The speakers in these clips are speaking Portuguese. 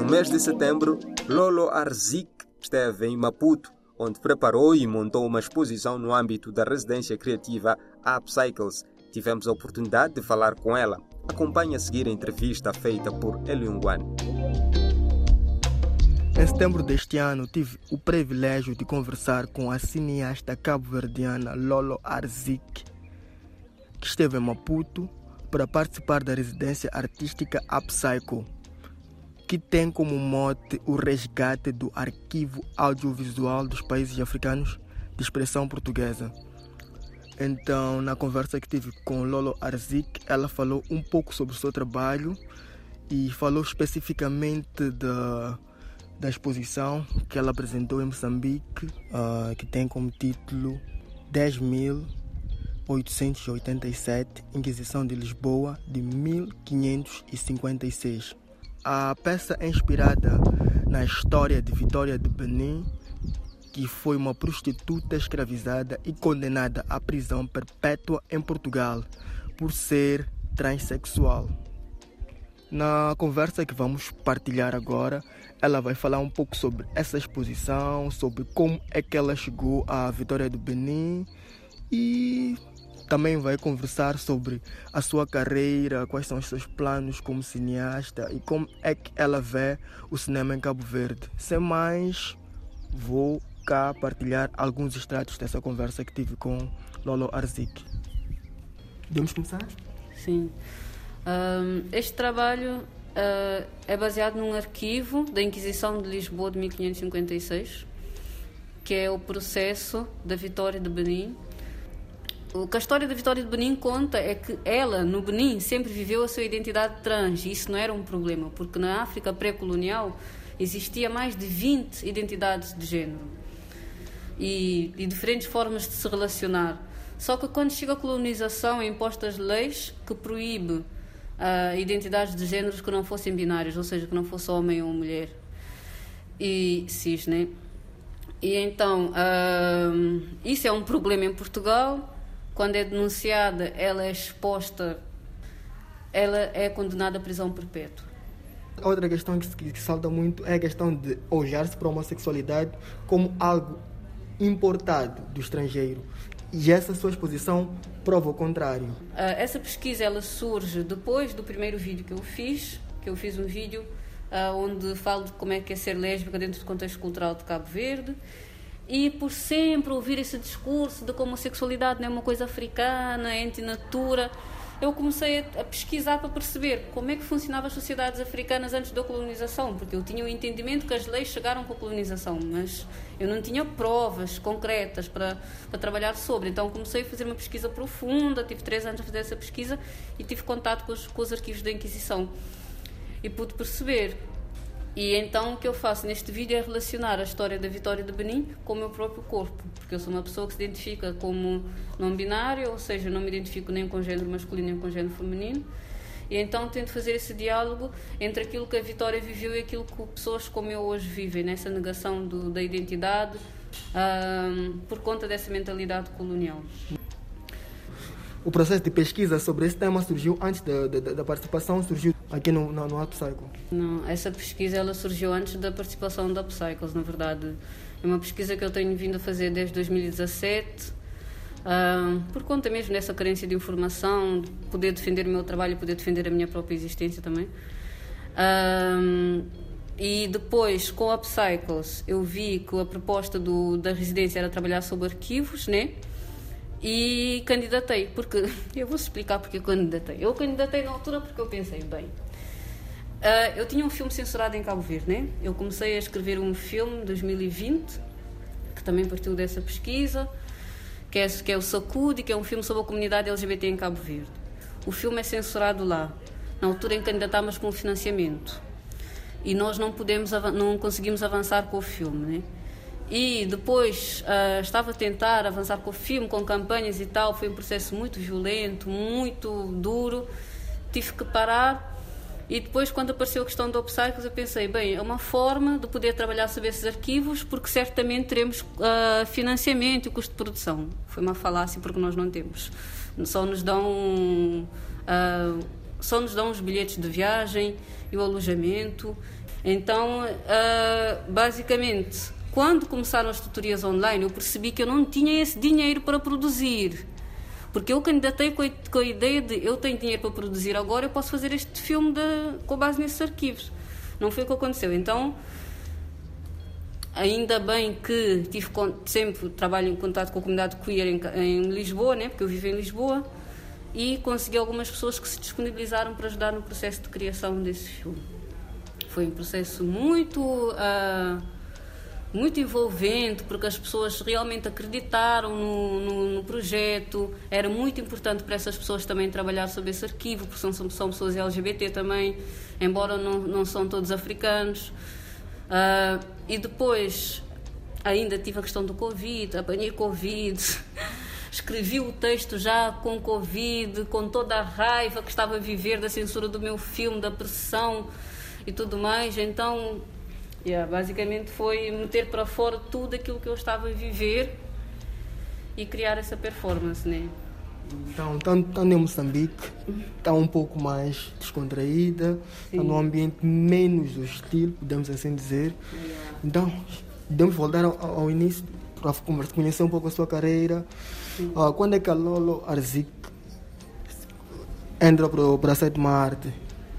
mês de setembro, Lolo Arzik esteve em Maputo, onde preparou e montou uma exposição no âmbito da residência criativa Upcycles. Tivemos a oportunidade de falar com ela. Acompanhe a seguir a entrevista feita por Eliungwan. Em setembro deste ano, tive o privilégio de conversar com a cineasta cabo-verdiana Lolo Arzik, que esteve em Maputo para participar da residência artística Upcycle, que tem como mote o resgate do arquivo audiovisual dos países africanos de expressão portuguesa. Então, na conversa que tive com Lolo Arzik, ela falou um pouco sobre o seu trabalho e falou especificamente da exposição que ela apresentou em Moçambique, que tem como título 10.887, Inquisição de Lisboa, de 1556. A peça é inspirada na história de Vitória de Benim, que foi uma prostituta escravizada e condenada à prisão perpétua em Portugal por ser transexual. Na conversa que vamos partilhar agora, ela vai falar um pouco sobre essa exposição, sobre como é que ela chegou à Vitória do Benim e também vai conversar sobre a sua carreira, quais são os seus planos como cineasta e como é que ela vê o cinema em Cabo Verde. Sem mais, vou cá partilhar alguns extratos dessa conversa que tive com Lolo Arzik. Podemos começar? Sim. Este trabalho é baseado num arquivo da Inquisição de Lisboa de 1556, que é o processo da Vitória de Benim. O que a história da Vitória de Benim conta é que ela, no Benim, sempre viveu a sua identidade trans, e isso não era um problema, porque na África pré-colonial existia mais de 20 identidades de género e diferentes formas de se relacionar. Só que quando chega a colonização, é impostas leis que proíbem identidades de géneros que não fossem binários, ou seja, que não fosse homem ou mulher e cis, né? E então isso é um problema em Portugal. Quando é denunciada, ela é exposta, ela é condenada à prisão perpétua. Outra questão que salta muito é a questão de olhar-se para a homossexualidade como algo importado do estrangeiro. E essa sua exposição prova o contrário. Essa pesquisa ela surge depois do primeiro vídeo que eu fiz um vídeo onde falo de como é que é ser lésbica dentro do contexto cultural de Cabo Verde. E por sempre ouvir esse discurso de que a homossexualidade não é uma coisa africana, é antinatura, eu comecei a pesquisar para perceber como é que funcionavam as sociedades africanas antes da colonização, porque eu tinha o entendimento que as leis chegaram com a colonização, mas eu não tinha provas concretas para trabalhar sobre. Então comecei a fazer uma pesquisa profunda, tive 3 anos a fazer essa pesquisa e tive contato com os arquivos da Inquisição e pude perceber. E então o que eu faço neste vídeo é relacionar a história da Vitória de Benim com o meu próprio corpo, porque eu sou uma pessoa que se identifica como não binário, ou seja, não me identifico nem com género masculino nem com género feminino, e então tento fazer esse diálogo entre aquilo que a Vitória viveu e aquilo que pessoas como eu hoje vivem, nessa negação da identidade por conta dessa mentalidade colonial. O processo de pesquisa sobre esse tema surgiu antes da participação, surgiu aqui no Upcycle? Não, essa pesquisa ela surgiu antes da participação da Upcycles, na verdade. É uma pesquisa que eu tenho vindo a fazer desde 2017, por conta mesmo dessa carência de informação, de poder defender o meu trabalho e poder defender a minha própria existência também. E depois, com a Upcycles, eu vi que a proposta da residência era trabalhar sobre arquivos, né? E candidatei, porque eu vou explicar porque eu candidatei. Eu candidatei na altura porque eu pensei, bem, eu tinha um filme censurado em Cabo Verde, né? Eu comecei a escrever um filme em 2020, que também partiu dessa pesquisa, que é o Sacude, que é um filme sobre a comunidade LGBT em Cabo Verde. O filme é censurado lá, na altura em que candidatámos com o financiamento, e nós não conseguimos avançar com o filme, né? E depois estava a tentar avançar com o filme, com campanhas e tal. Foi um processo muito violento, muito duro. Tive que parar. E depois, quando apareceu a questão do Upcycles, eu pensei, bem, é uma forma de poder trabalhar sobre esses arquivos, porque certamente teremos financiamento e custo de produção. Foi uma falácia, porque nós não temos. Só nos dão os bilhetes de viagem e o alojamento. Então, basicamente, quando começaram as tutorias online, eu percebi que eu não tinha esse dinheiro para produzir. Porque eu candidatei com a ideia de eu tenho dinheiro para produzir agora, eu posso fazer este filme com base nesses arquivos. Não foi o que aconteceu. Então, ainda bem que sempre trabalho em contato com a comunidade queer em Lisboa, né? Porque eu vivo em Lisboa, e consegui algumas pessoas que se disponibilizaram para ajudar no processo de criação desse filme. Foi um processo muito envolvente, porque as pessoas realmente acreditaram no projeto. Era muito importante para essas pessoas também trabalhar sobre esse arquivo, porque são pessoas LGBT também, embora não são todos africanos. E depois ainda tive a questão do Covid, apanhei Covid, escrevi o texto já com Covid, com toda a raiva que estava a viver da censura do meu filme, da pressão e tudo mais. Então, basicamente foi meter para fora tudo aquilo que eu estava a viver e criar essa performance, né? Então, estando em Moçambique, está um pouco mais descontraída, está num ambiente menos hostil, podemos assim dizer. Então, podemos voltar ao início para conhecer um pouco a sua carreira. Quando é que a Lolo Arzik entra para a sétima arte?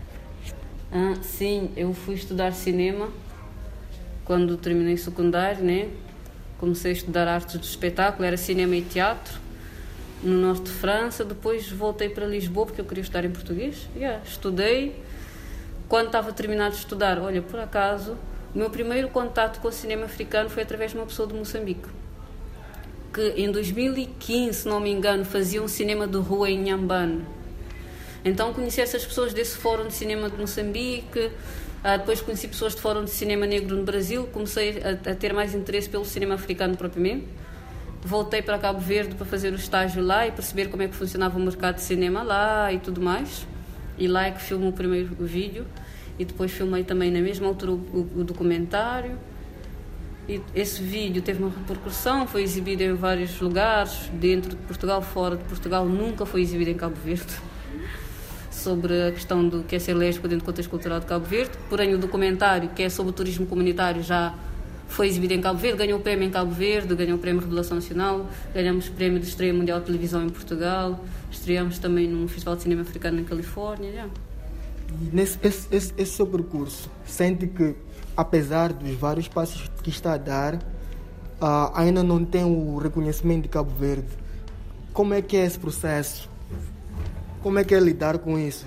Sim, eu fui estudar cinema quando terminei o secundário, né? Comecei a estudar artes do espetáculo, era cinema e teatro, no norte de França. Depois voltei para Lisboa porque eu queria estudar em português. Estudei. Quando estava terminado de estudar, olha, por acaso, o meu primeiro contato com o cinema africano foi através de uma pessoa de Moçambique, que em 2015, se não me engano, fazia um cinema de rua em Inhambane. Então conheci essas pessoas desse fórum de cinema de Moçambique. Depois conheci pessoas de fórum de cinema negro no Brasil. Comecei a ter mais interesse pelo cinema africano propriamente. Voltei para Cabo Verde para fazer o estágio lá e perceber como é que funcionava o mercado de cinema lá e tudo mais. E lá é que filmo o primeiro vídeo. E depois filmei também na mesma altura o documentário. E esse vídeo teve uma repercussão, foi exibido em vários lugares, dentro de Portugal, fora de Portugal. Nunca foi exibido em Cabo Verde, sobre a questão do que é ser lésbica dentro do contexto cultural de Cabo Verde. Porém, o documentário, que é sobre o turismo comunitário, já foi exibido em Cabo Verde, ganhou o prémio em Cabo Verde, ganhou o prémio Revelação Nacional, ganhamos o prémio de estreia mundial de televisão em Portugal, estreamos também num festival de cinema africano na Califórnia. E esse seu percurso, sente que, apesar dos vários passos que está a dar, ainda não tem o reconhecimento de Cabo Verde? Como é que é esse processo? Como é que é lidar com isso?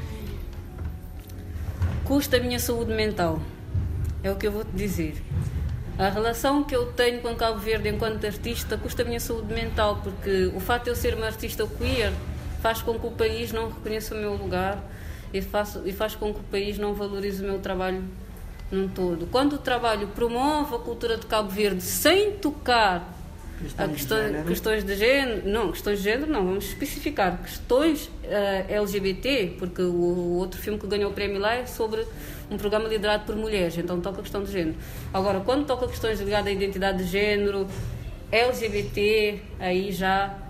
Custa a minha saúde mental, é o que eu vou te dizer. A relação que eu tenho com Cabo Verde enquanto artista custa a minha saúde mental, porque o facto de eu ser uma artista queer faz com que o país não reconheça o meu lugar e faz com que o país não valorize o meu trabalho num todo. Quando o trabalho promove a cultura de Cabo Verde sem tocar questões de género, não, vamos especificar questões LGBT, porque o outro filme que ganhou o prémio lá é sobre um programa liderado por mulheres, então toca a questão de género. Agora, quando toca questões ligadas à identidade de género, LGBT, aí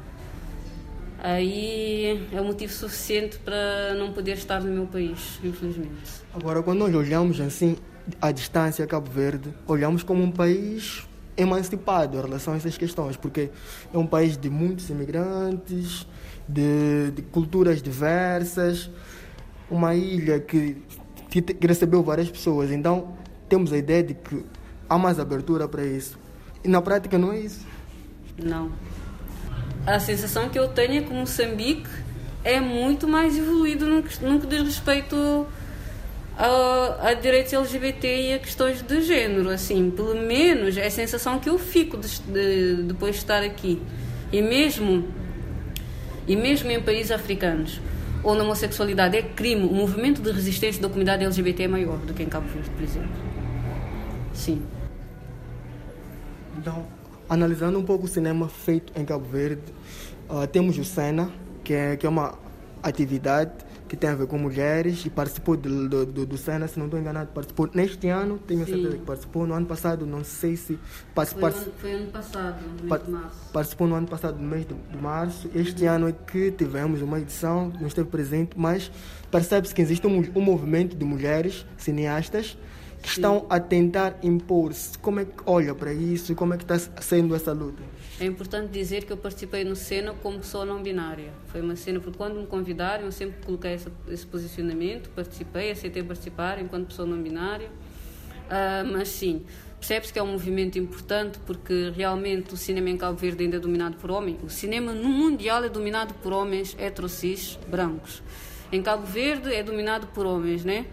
é um motivo suficiente para não poder estar no meu país, infelizmente. Agora, quando nós olhamos assim à distância a Cabo Verde, olhamos como um país emancipado em relação a essas questões, porque é um país de muitos imigrantes, de culturas diversas, uma ilha que recebeu várias pessoas. Então temos a ideia de que há mais abertura para isso, e na prática não é isso. Não. A sensação que eu tenho é que Moçambique é muito mais evoluído no que diz respeito a direitos LGBT e a questões de género, assim, pelo menos é a sensação que eu fico depois de estar aqui. E mesmo em países africanos, onde a homossexualidade é crime, o movimento de resistência da comunidade LGBT é maior do que em Cabo Verde, por exemplo. Sim. Então, analisando um pouco o cinema feito em Cabo Verde, temos o SENA, que é uma atividade que tem a ver com mulheres, e participou do SENA, se não estou enganado, participou neste ano, tenho certeza que participou. No ano passado, não sei se... Foi ano passado, no mês de março. Participou no ano passado, no mês de março. Este ano é que tivemos uma edição, não esteve presente, mas percebe-se que existe um movimento de mulheres cineastas que estão a tentar impor-se. Como é que olha para isso e como é que está sendo essa luta? É importante dizer que eu participei no Cena como pessoa não binária. Foi uma cena, porque quando me convidaram, eu sempre coloquei esse posicionamento, participei, aceitei participar enquanto pessoa não binária. Mas sim, percebe-se que é um movimento importante porque realmente o cinema em Cabo Verde ainda é dominado por homens. O cinema no mundial é dominado por homens heterocis brancos. Em Cabo Verde é dominado por homens, né?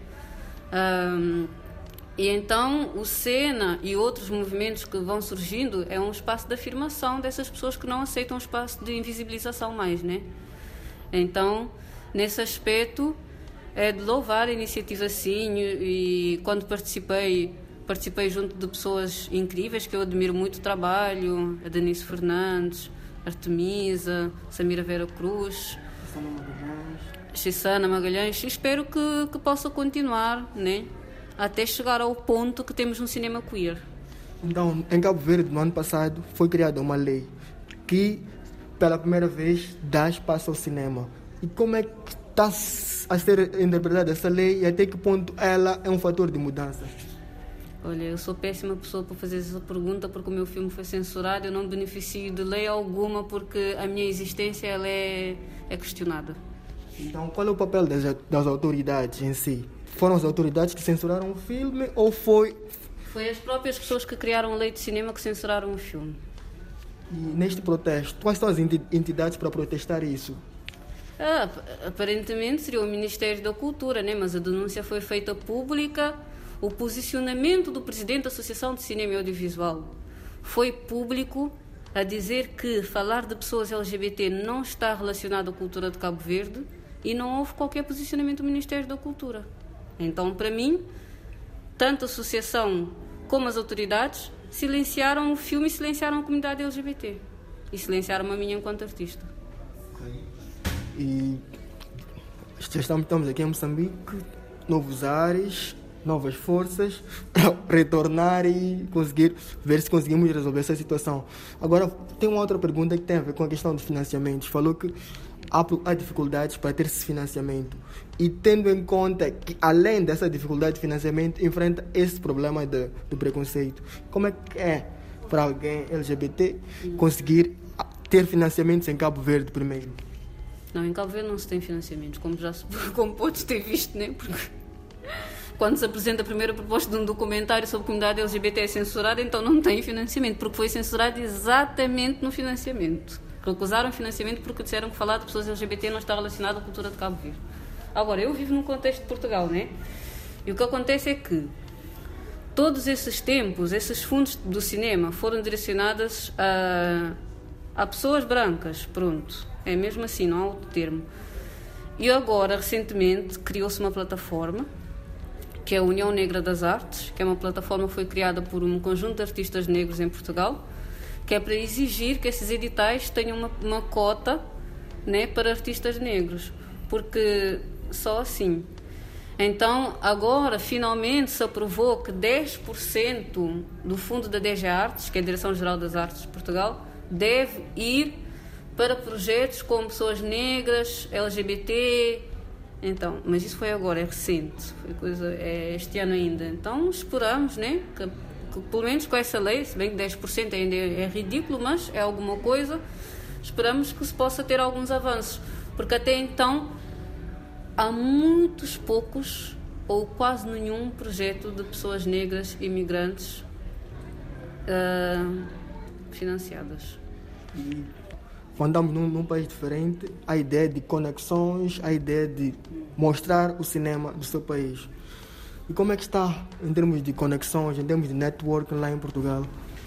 E então o Cena e outros movimentos que vão surgindo é um espaço de afirmação dessas pessoas que não aceitam um espaço de invisibilização mais, né? Então, nesse aspecto, é de louvar a iniciativa sim, e quando participei junto de pessoas incríveis que eu admiro muito o trabalho, a Denise Fernandes, Artemisa, Samira Vera Cruz, Xissana Magalhães, e espero que possa continuar, né? Até chegar ao ponto que temos um cinema queer. Então, em Cabo Verde, no ano passado, foi criada uma lei que, pela primeira vez, dá espaço ao cinema. E como é que está a ser interpretada essa lei e até que ponto ela é um fator de mudança? Olha, eu sou péssima pessoa para fazer essa pergunta porque o meu filme foi censurado. Eu não beneficio de lei alguma porque a minha existência ela é questionada. Então, qual é o papel das autoridades em si? Foram as autoridades que censuraram o filme ou foi... Foi as próprias pessoas que criaram a lei de cinema que censuraram o filme. E neste protesto, quais são as entidades para protestar isso? Aparentemente seria o Ministério da Cultura, né? Mas a denúncia foi feita pública. O posicionamento do presidente da Associação de Cinema e Audiovisual foi público, a dizer que falar de pessoas LGBT não está relacionado à cultura de Cabo Verde e não houve qualquer posicionamento do Ministério da Cultura. Então, para mim, tanto a associação como as autoridades silenciaram o filme e silenciaram a comunidade LGBT. E silenciaram a mim enquanto artista. E estamos aqui em Moçambique, novos ares, novas forças, para retornar e conseguir ver se conseguimos resolver essa situação. Agora, tem uma outra pergunta que tem a ver com a questão dos financiamentos. Falou que há dificuldades para ter esse financiamento. E tendo em conta que, além dessa dificuldade de financiamento, enfrenta esse problema do preconceito. Como é que é para alguém LGBT conseguir ter financiamentos em Cabo Verde primeiro? Não, em Cabo Verde não se tem financiamentos, como podes ter visto, né? Porque quando se apresenta a primeira proposta de um documentário sobre a comunidade LGBT é censurada, então não tem financiamento, porque foi censurado exatamente no financiamento. Recusaram financiamento porque disseram que falar de pessoas LGBT não está relacionado à cultura de Cabo Verde. Agora, eu vivo num contexto de Portugal, né? E o que acontece é que todos esses tempos, esses fundos do cinema foram direcionados a pessoas brancas, pronto. É mesmo assim, não há outro termo. E agora, recentemente, criou-se uma plataforma, que é a União Negra das Artes, que é uma plataforma que foi criada por um conjunto de artistas negros em Portugal, que é para exigir que esses editais tenham uma cota, né, para artistas negros, porque só assim. Então, agora, finalmente, se aprovou que 10% do fundo da DG Artes, que é a Direção-Geral das Artes de Portugal, deve ir para projetos com pessoas negras, LGBT. Então, mas isso foi agora, é recente, é este ano ainda. Então, esperamos, né, que pelo menos com essa lei, se bem que 10% ainda é ridículo, mas é alguma coisa, esperamos que se possa ter alguns avanços, porque até então há muitos poucos ou quase nenhum projeto de pessoas negras imigrantes financiadas. E quando estamos num país diferente, a ideia de conexões, a ideia de mostrar o cinema do seu país. E como é que está em termos de conexões, em termos de networking lá em Portugal?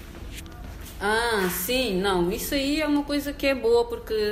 Sim, não, isso aí é uma coisa que é boa, porque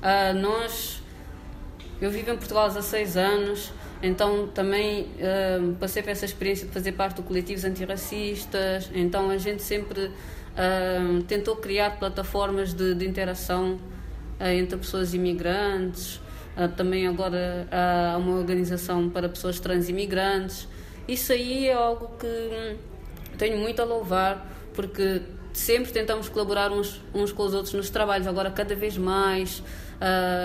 eu vivo em Portugal há 16 anos, então também passei por essa experiência de fazer parte de coletivos antirracistas, então a gente sempre tentou criar plataformas de interação entre pessoas imigrantes, também agora há uma organização para pessoas trans-imigrantes. Isso aí é algo que tenho muito a louvar, porque sempre tentamos colaborar uns com os outros nos trabalhos, agora cada vez mais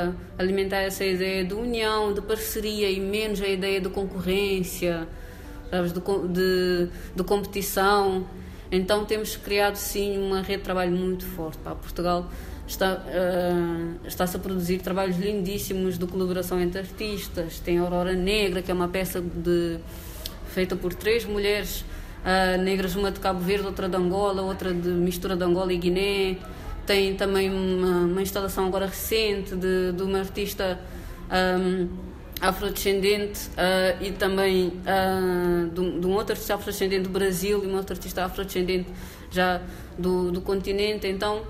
alimentar essa ideia de união, de parceria e menos a ideia de concorrência. sabes, de competição. Então temos criado sim uma rede de trabalho muito forte. Portugal está-se a produzir trabalhos lindíssimos de colaboração entre artistas. Tem a Aurora Negra, que é uma peça feita por 3 mulheres negras, uma de Cabo Verde, outra de Angola, outra de mistura de Angola e Guiné. Tem também uma instalação agora recente de uma artista afrodescendente e também de um outro artista afrodescendente do Brasil e um outro artista afrodescendente já do continente. Então,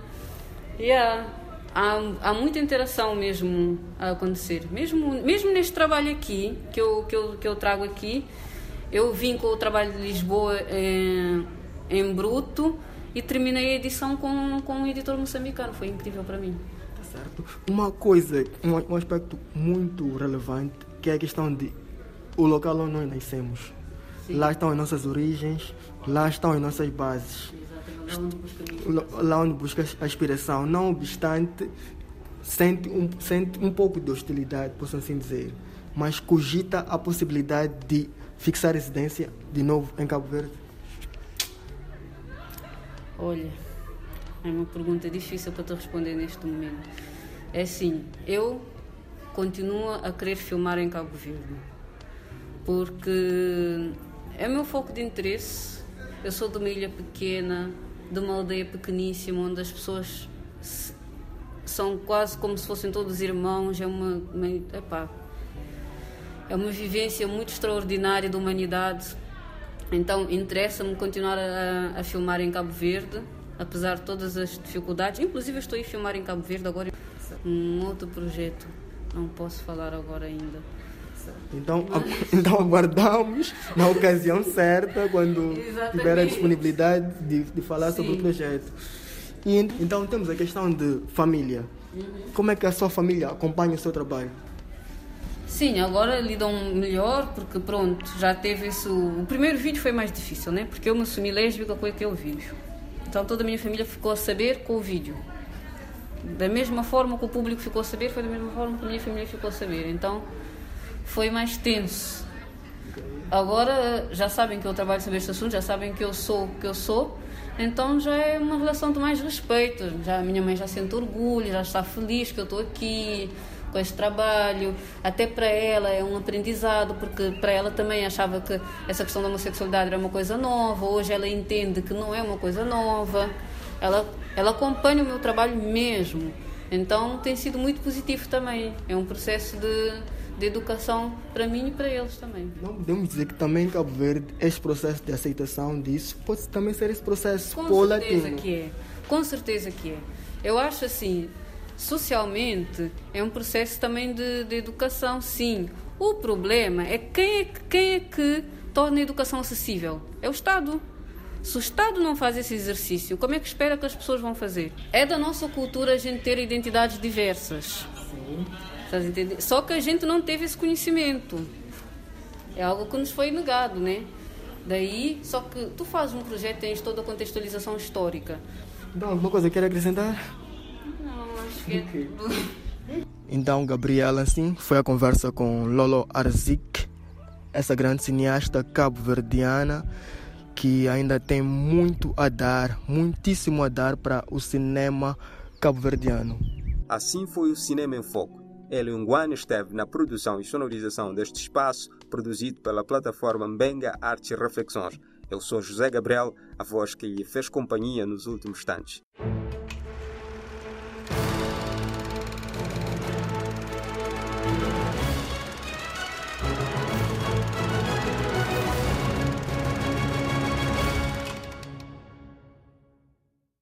há muita interação mesmo a acontecer. Mesmo neste trabalho aqui, que eu trago aqui, eu vim com o trabalho de Lisboa em bruto e terminei a edição com um editor moçambicano. Foi incrível para mim. Certo. Uma coisa, um aspecto muito relevante, que é a questão de o local onde nós nascemos. Sim. Lá estão as nossas origens, lá estão as nossas bases. Exatamente. Lá onde busca a inspiração. Não obstante, sente um pouco de hostilidade, posso assim dizer, mas cogita a possibilidade de fixar residência de novo em Cabo Verde. Olha, é uma pergunta difícil para te responder neste momento. É assim, eu continuo a querer filmar em Cabo Verde, porque é o meu foco de interesse. Eu sou de uma ilha pequena, de uma aldeia pequeníssima, onde as pessoas são quase como se fossem todos irmãos. É uma vivência muito extraordinária da humanidade. Então interessa-me continuar a filmar em Cabo Verde, apesar de todas as dificuldades. Inclusive eu estou a filmar em Cabo Verde agora um outro projeto, não posso falar agora ainda. Então aguardamos na ocasião certa, quando tiver a disponibilidade de falar sobre o projeto. E então temos a questão de família. Como é que a sua família acompanha o seu trabalho? Sim, agora lidam melhor, porque pronto, já teve isso. O primeiro vídeo foi mais difícil, né? Porque eu me assumi lésbica com aquele vídeo. Então toda a minha família ficou a saber com o vídeo. Da mesma forma que o público ficou a saber, foi da mesma forma que a minha família ficou a saber. Então foi mais tenso. Agora já sabem que eu trabalho sobre este assunto, já sabem que eu sou o que eu sou. Então já é uma relação de mais respeito. Já, a minha mãe já sente orgulho, já está feliz que eu estou aqui com este trabalho. Até para ela é um aprendizado, porque para ela também achava que essa questão da homossexualidade era uma coisa nova. Hoje ela entende que não é uma coisa nova. Ela acompanha o meu trabalho mesmo. Então tem sido muito positivo também. É um processo de educação para mim e para eles também. Não podemos dizer que também em Cabo Verde este processo de aceitação disso pode também ser esse processo paulatino. Com certeza que é. Eu acho assim, socialmente é um processo também de educação, sim. O problema é quem é que torna a educação acessível? É o Estado. Se o Estado não faz esse exercício, como é que espera que as pessoas vão fazer? É da nossa cultura a gente ter identidades diversas. Sim. Estás a entender? Só que a gente não teve esse conhecimento. É algo que nos foi negado, né? Daí, só que tu fazes um projeto, tens toda a contextualização histórica. Então, alguma coisa quer acrescentar? Não, acho que okay. Então, Gabriela, assim, foi a conversa com Lolo Arzik, essa grande cineasta cabo-verdiana, que ainda tem muito a dar, muitíssimo a dar para o cinema cabo-verdiano. Assim foi o Cinema em Foco. Hélio Nguane esteve na produção e sonorização deste espaço, produzido pela plataforma Mbenga Artes e Reflexões. Eu sou José Gabriel, a voz que lhe fez companhia nos últimos instantes.